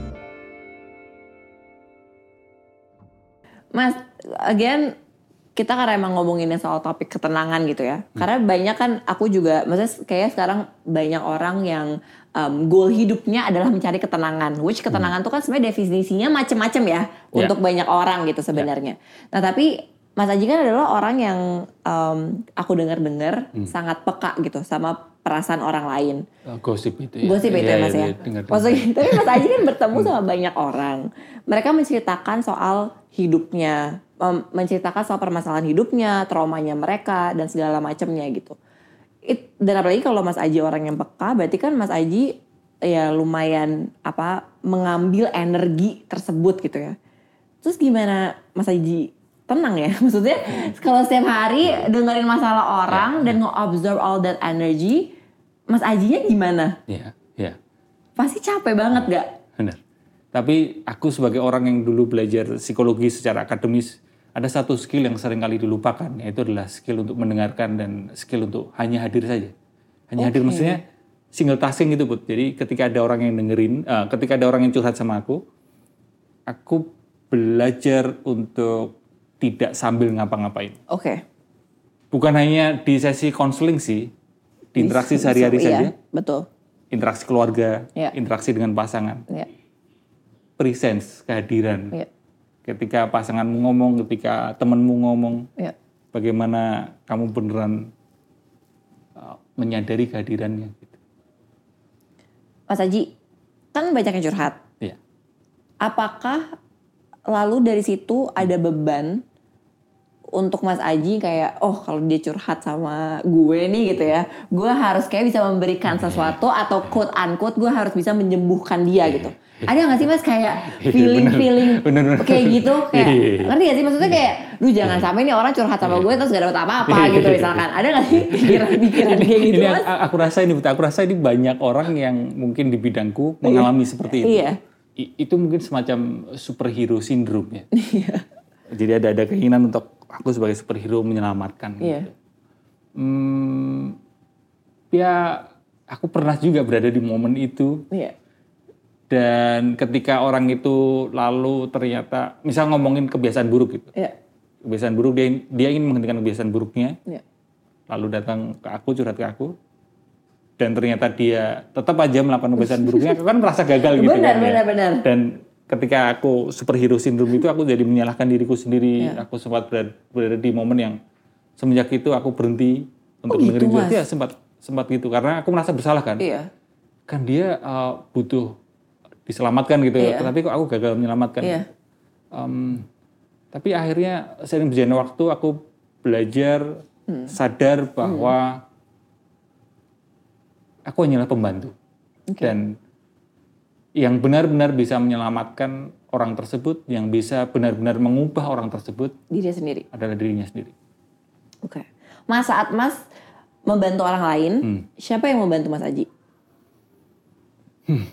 Mas, again, kita karena emang ngomonginnya soal topik ketenangan gitu ya. Hmm. Karena banyak kan, aku juga, maksudnya kayak sekarang banyak orang yang um, goal hidupnya adalah mencari ketenangan. Which ketenangan hmm. tuh kan sebenarnya definisinya macem-macem ya, yeah. untuk banyak orang gitu sebenarnya. Yeah. Nah tapi Mas Aji kan adalah orang yang um, aku dengar-dengar hmm. sangat peka gitu sama perasaan orang lain. Oh, gosip itu ya. Gosip itu ya, ya Mas ya. ya. Maksudnya, tapi Mas Aji kan bertemu sama banyak orang. Mereka menceritakan soal hidupnya, menceritakan soal permasalahan hidupnya, traumanya mereka dan segala macamnya gitu. It, dan apalagi kalau Mas Aji orang yang peka, berarti kan Mas Aji ya lumayan apa mengambil energi tersebut gitu ya. Terus gimana Mas Aji tenang ya? Maksudnya kalau setiap hari dengerin masalah orang yeah, dan yeah. nge-absorb all that energy, Mas Ajinya gimana? Iya, yeah, iya. Yeah. Pasti capek banget gak? Benar. Tapi aku sebagai orang yang dulu belajar psikologi secara akademis, ada satu skill yang sering kali dilupakan, yaitu adalah skill untuk mendengarkan dan skill untuk hanya hadir saja. Hanya okay. hadir maksudnya single tasking gitu, Put. Jadi ketika ada orang yang dengerin, uh, ketika ada orang yang curhat sama aku, aku belajar untuk tidak sambil ngapa-ngapain. Oke. Okay. Bukan hanya di sesi konseling sih, di interaksi di, sehari-hari so, saja. Iya, betul. Interaksi keluarga, yeah. interaksi dengan pasangan. Yeah. Presence, kehadiran. Yeah. Ketika pasanganmu ngomong, ketika temanmu ngomong, yeah. bagaimana kamu beneran uh, menyadari kehadirannya. Gitu. Mas Aji, kan banyak yang curhat. Yeah. Apakah lalu dari situ ada beban untuk Mas Aji kayak, oh kalau dia curhat sama gue nih gitu ya, gue harus kayak bisa memberikan sesuatu atau quote unquote gue harus bisa menyembuhkan dia gitu. Ada gak sih Mas kayak feeling-feeling kayak gitu? Kayak, ngerti gak sih? Maksudnya kayak, duh jangan sampai nih orang curhat sama gue terus gak dapet apa-apa gitu misalkan. Ada gak sih pikiran-pikiran kayak gitu ini, Mas? Aku rasa ini, aku rasa ini banyak orang yang mungkin di bidangku mengalami seperti itu. Iya. I, itu mungkin semacam superhero syndrome ya. Jadi ada ada keinginan untuk aku sebagai superhero menyelamatkan. Iya. Gitu. Hmm, ya aku pernah juga berada di momen itu. Iya. Dan ketika orang itu lalu ternyata, misal ngomongin kebiasaan buruk gitu. Yeah. Kebiasaan buruk, dia, dia ingin menghentikan kebiasaan buruknya. Yeah. Lalu datang ke aku, curhat ke aku. Dan ternyata dia tetap aja melakukan kebiasaan buruknya. Aku kan merasa gagal gitu. Benar, kan, benar, ya. benar. Dan ketika aku superhero syndrome itu, aku jadi menyalahkan diriku sendiri. Yeah. Aku sempat berada, berada di momen yang semenjak itu aku berhenti untuk oh, dengerin gitu, dia. Sempat, sempat gitu. Karena aku merasa bersalah kan. Iya. Kan dia uh, butuh diselamatkan gitu, iya. tapi kok aku gagal menyelamatkan. Iya. Um, tapi akhirnya seiring berjalannya waktu aku belajar hmm. sadar bahwa hmm. aku hanyalah pembantu. Okay. Dan yang benar-benar bisa menyelamatkan orang tersebut, yang bisa benar-benar mengubah orang tersebut, diri sendiri adalah dirinya sendiri. Oke. Okay. Mas, saat Mas membantu orang lain, hmm. siapa yang membantu Mas Aji? Hmm.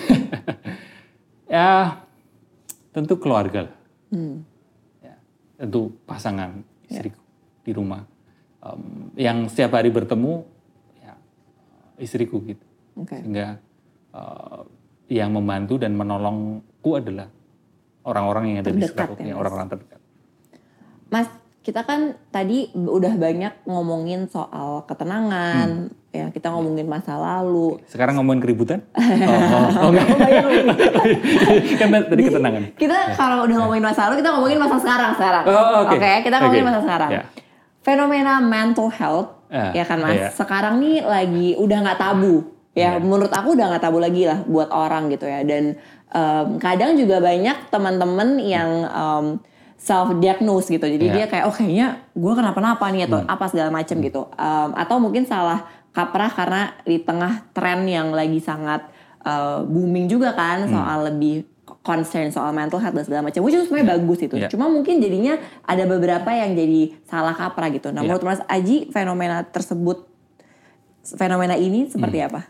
Ya, tentu keluarga lah. Hmm. Ya, tentu pasangan istriku ya. Di rumah. Um, yang setiap hari bertemu, ya, istriku gitu. Okay. Sehingga uh, yang membantu dan menolongku adalah orang-orang yang ada di sekitarku, ya, orang-orang terdekat. Mas, kita kan tadi udah banyak ngomongin soal ketenangan, hmm. ya kita ngomongin masa lalu. Sekarang ngomongin keributan? oh, oh, oh enggak. Kan tadi ketenangan. Kita ya. Kalau udah ngomongin masa lalu, kita ngomongin masa sekarang sekarang. Oh, Oke, okay. okay, kita ngomongin okay. masa sekarang. Yeah. Fenomena mental health, uh, ya kan Mas, yeah. sekarang nih lagi udah nggak tabu. Ya, yeah. menurut aku udah nggak tabu lagi lah buat orang gitu ya. Dan um, kadang juga banyak teman-teman yang um, self-diagnose gitu. Jadi yeah. dia kayak, oh kayaknya gue kenapa-napa nih atau hmm. apa segala macam hmm. gitu. Um, atau mungkin salah kaprah karena di tengah tren yang lagi sangat uh, booming juga kan. Hmm. Soal lebih concern soal mental health dan segala macam. Which is sebenarnya yeah. bagus itu. Yeah. Cuma mungkin jadinya ada beberapa yang jadi salah kaprah gitu. Nah yeah. menurut Mas Aji, fenomena tersebut, fenomena ini seperti hmm. apa?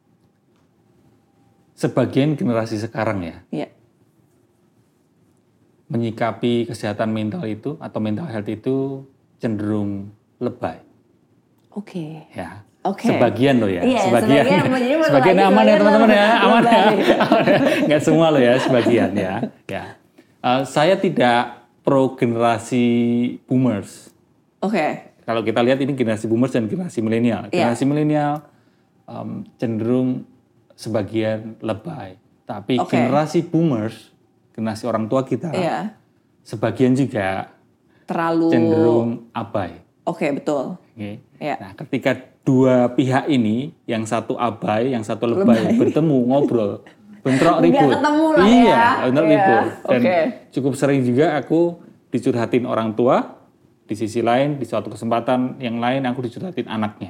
Sebagian generasi sekarang ya. Iya. Yeah. Menyikapi kesehatan mental itu atau mental health itu cenderung lebay. Oke. Okay. Ya. Oke. Okay. Sebagian loh ya. Iya, sebagian. Sebagian, sebagian aman ya teman-teman ya, aman ya. Nggak semua loh ya, sebagian ya. Ya. Uh, saya tidak pro generasi boomers. Oke. Okay. Kalau kita lihat ini generasi boomers dan generasi milenial. Generasi yeah. milenial um, cenderung sebagian lebay. Tapi okay. generasi boomers, generasi orang tua kita, yeah. sebagian juga terlalu cenderung abai. Oke, okay, betul. Okay. Yeah. Nah, ketika dua pihak ini, yang satu abai, yang satu lebay, lebay. bertemu, ngobrol, bentrok ribut. Nggak ketemu lah iya, ya. bentrok yeah. ribut. Dan okay. cukup sering juga aku dicurhatin orang tua, di sisi lain, di suatu kesempatan yang lain aku dicurhatin anaknya.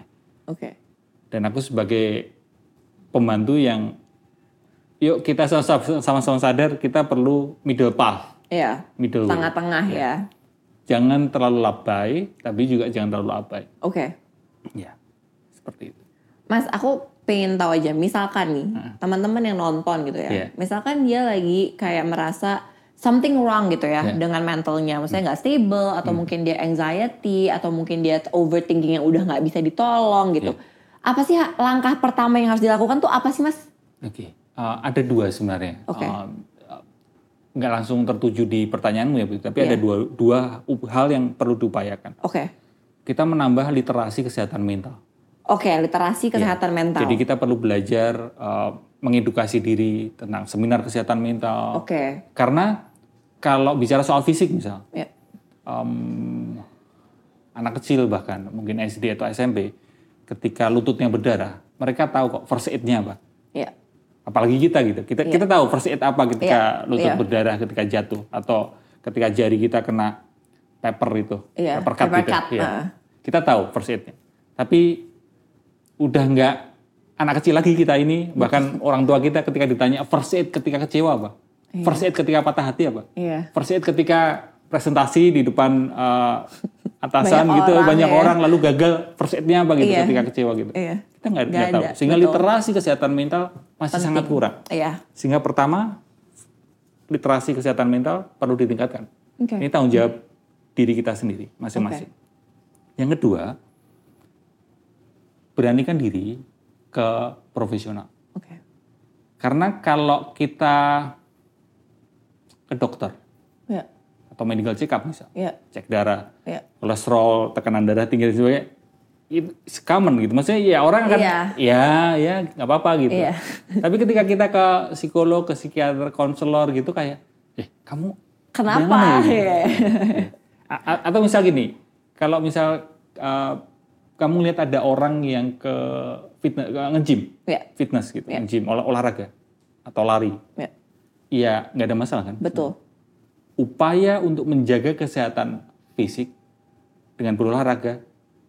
Oke. Okay. Dan aku sebagai pembantu yang, yuk kita sama-sama sadar kita perlu middle path. Iya. Middle way. Tengah-tengah ya. ya. Jangan terlalu labai, tapi juga jangan terlalu abai. Oke. Okay. Ya, seperti itu. Mas, aku pengen tahu aja, misalkan nih, hmm. teman-teman yang nonton gitu ya, yeah. misalkan dia lagi kayak merasa something wrong gitu ya, yeah. dengan mentalnya, maksudnya nggak hmm. stable, atau hmm. mungkin dia anxiety, atau mungkin dia overthinking yang udah nggak bisa ditolong gitu. Yeah. Apa sih langkah pertama yang harus dilakukan tuh apa sih, Mas? Oke, okay. uh, ada dua sebenarnya. Oke. Okay. Uh, nggak langsung tertuju di pertanyaanmu ya, tapi yeah. ada dua, dua hal yang perlu diupayakan. Oke. Okay. Kita menambah literasi kesehatan mental. Oke, okay, literasi kesehatan ya. mental. Jadi kita perlu belajar uh, mengedukasi diri tentang seminar kesehatan mental. Oke. Okay. Karena kalau bicara soal fisik misal, ya. um, anak kecil bahkan mungkin S D atau S M P, ketika lututnya berdarah, mereka tahu kok first aid-nya apa. Ya. Apalagi kita gitu, kita ya. kita tahu first aid apa ketika ya. lutut ya. berdarah, ketika jatuh, atau ketika jari kita kena pepper itu, ya. pepper cut pepper gitu. Cut. Ya. Uh. Kita tahu first aid-nya. Tapi udah nggak anak kecil lagi kita ini, bahkan orang tua kita ketika ditanya first aid ketika kecewa apa, yeah. first aid ketika patah hati apa, yeah. first aid ketika presentasi di depan uh, atasan banyak gitu orang, banyak ya. orang lalu gagal, first aid-nya apa gitu yeah. ketika kecewa gitu, yeah. kita nggak tahu. Sehingga betul. literasi kesehatan mental masih Penting. sangat kurang. Yeah. Sehingga pertama literasi kesehatan mental perlu ditingkatkan. Okay. Ini tanggung jawab diri kita sendiri masing-masing. Okay. Yang kedua, beranikan diri ke profesional. Oke. Okay. Karena kalau kita ke dokter yeah. atau medical check up misal, yeah. cek darah, yeah. kolesterol, tekanan darah tinggi dan sebagainya, itu common gitu. Maksudnya ya orang akan, yeah. ya ya nggak apa-apa gitu. Yeah. Tapi ketika kita ke psikolog, ke psikiater, konselor gitu kayak, eh kamu kenapa? Ya? Yeah. A- atau misal gini, kalau misal uh, kamu lihat ada orang yang ke fitness, nge-gym, yeah. fitness gitu, yeah. nge-gym, olah, olahraga atau lari, yeah. ya nggak ada masalah kan? Betul. Upaya untuk menjaga kesehatan fisik dengan berolahraga,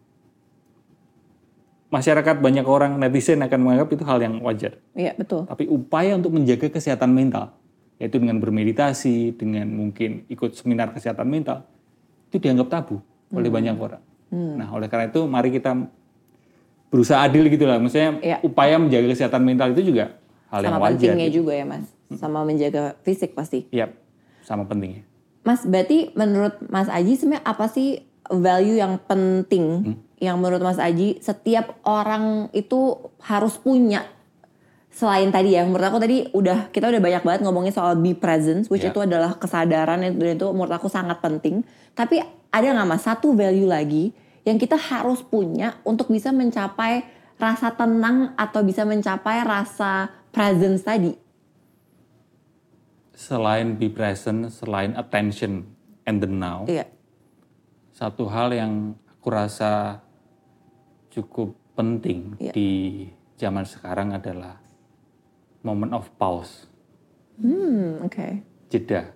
masyarakat banyak orang netizen akan menganggap itu hal yang wajar. Iya yeah, betul. Tapi upaya untuk menjaga kesehatan mental, yaitu dengan bermeditasi, dengan mungkin ikut seminar kesehatan mental, itu dianggap tabu hmm. oleh banyak orang. Hmm. Nah, oleh karena itu mari kita berusaha adil gitu lah. Maksudnya ya. upaya menjaga kesehatan mental itu juga hal sama yang wajar. Sama pentingnya gitu. juga ya, Mas. Sama menjaga fisik pasti. Iya, sama pentingnya. Mas, berarti menurut Mas Aji sebenarnya apa sih value yang penting hmm? yang menurut Mas Aji setiap orang itu harus punya? Selain tadi ya, menurut aku tadi udah kita udah banyak banget ngomongin soal be present, which yeah. itu adalah kesadaran dan itu menurut aku sangat penting. Tapi ada nggak Mas satu value lagi yang kita harus punya untuk bisa mencapai rasa tenang atau bisa mencapai rasa presence tadi? Selain be present, selain attention and the now, yeah. satu hal yang aku rasa cukup penting yeah. di zaman sekarang adalah moment of pause. Hmm, oke. Okay. Jeda.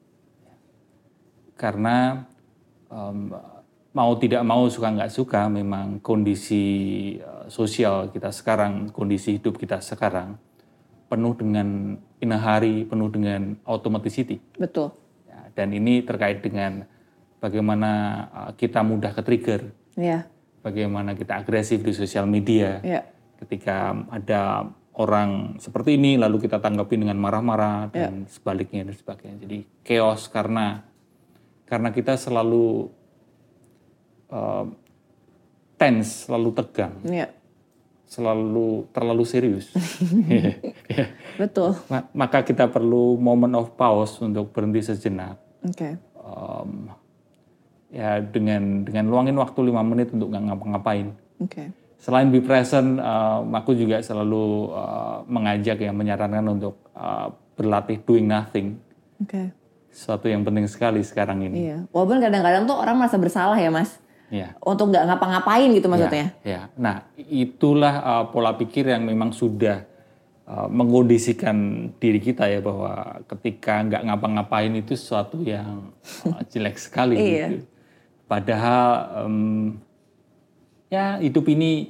Karena um, mau tidak mau, suka nggak suka, memang kondisi uh, sosial kita sekarang, kondisi hidup kita sekarang penuh dengan inahari, penuh dengan automaticity. Betul. Ya, dan ini terkait dengan bagaimana uh, kita mudah ke-trigger. Yeah. Bagaimana kita agresif di sosial media. Yeah. Ketika ada orang seperti ini, lalu kita tanggapi dengan marah-marah dan yeah. sebaliknya dan sebagainya. Jadi chaos karena karena kita selalu uh, tense, selalu tegang, yeah. selalu terlalu serius. Betul. M- maka kita perlu moment of pause untuk berhenti sejenak. Oke. Okay. Um, ya dengan dengan luangin waktu lima menit untuk nggak ngapa-ngapain. Oke. Okay. Selain be present, uh, aku juga selalu uh, mengajak yang menyarankan untuk uh, berlatih doing nothing. Oke. Okay. Sesuatu yang penting sekali sekarang ini. Iya. Walaupun kadang-kadang tuh orang merasa bersalah ya, Mas. Iya. Untuk nggak ngapa-ngapain gitu maksudnya. Iya. Ya. Nah, itulah uh, pola pikir yang memang sudah uh, mengkondisikan diri kita ya, bahwa ketika nggak ngapa-ngapain itu sesuatu yang uh, jelek sekali. Iya. Gitu. Padahal um, ya hidup ini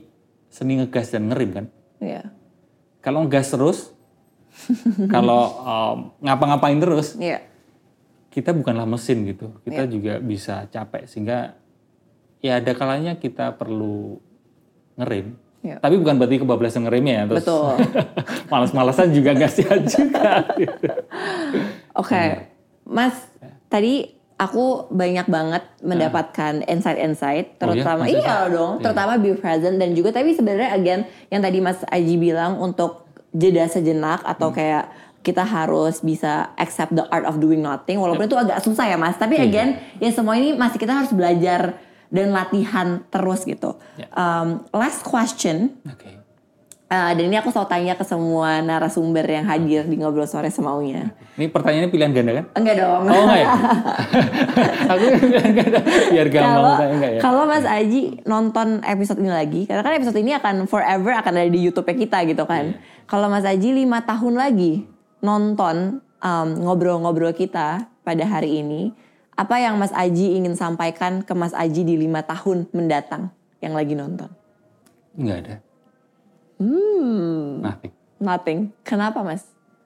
seni ngegas dan ngerem kan. Iya. Kalau ngegas terus, kalau um, ngapa-ngapain terus, Iya. kita bukanlah mesin gitu. Kita Iya. juga bisa capek sehingga ya ada kalanya kita perlu ngerem. Iya. Tapi bukan berarti kebablasan ngeremnya ya. Terus Betul. malas-malasan juga nggak sehat juga. Gitu. Oke, okay. Mas, tadi aku banyak banget mendapatkan insight-insight, terutama oh iya, iya dong, terutama be present dan juga tapi sebenarnya again yang tadi Mas Aji bilang untuk jeda sejenak atau hmm. kayak kita harus bisa accept the art of doing nothing, walaupun yep. itu agak susah ya Mas. Tapi again, yeah. ya semua ini masih kita harus belajar dan latihan terus gitu. Yeah. Um, last question. Okay. Uh, dan ini aku selalu tanya ke semua narasumber yang hadir di Ngobrol Sore Semaunya. Ini pertanyaannya pilihan ganda kan? Enggak dong. Oh enggak ya? Aku pilihan ganda. Biar gampang tanya enggak ya? Kalau Mas Aji nonton episode ini lagi, karena kan episode ini akan forever akan ada di YouTube-nya kita gitu kan. Yeah. Kalau Mas Aji lima tahun lagi nonton um, ngobrol-ngobrol kita pada hari ini, apa yang Mas Aji ingin sampaikan ke Mas Aji di lima tahun mendatang yang lagi nonton? Enggak ada. Hmm. Nothing. Nothing. Kenapa Mas?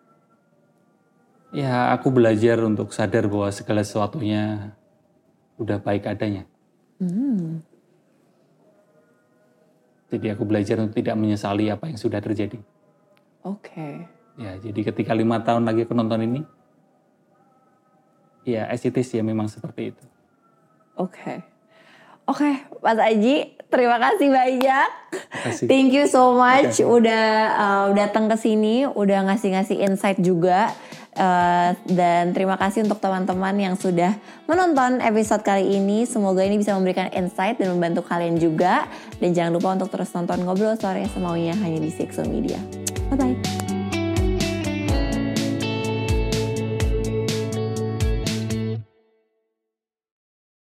Ya aku belajar untuk sadar bahwa segala sesuatunya udah baik adanya. Hmm. Jadi aku belajar untuk tidak menyesali apa yang sudah terjadi. Oke. Okay. Ya jadi ketika lima tahun lagi aku nonton ini, ya as it is ya memang seperti itu. Oke. Okay. Oke, okay, Mas Aji, terima kasih banyak. Kasih. Thank you so much udah uh, datang ke sini, udah ngasih-ngasih insight juga. Uh, dan terima kasih untuk teman-teman yang sudah menonton episode kali ini. Semoga ini bisa memberikan insight dan membantu kalian juga. Dan jangan lupa untuk terus nonton Ngobrol Sore Semaunya hanya di Sexo Media. Bye-bye.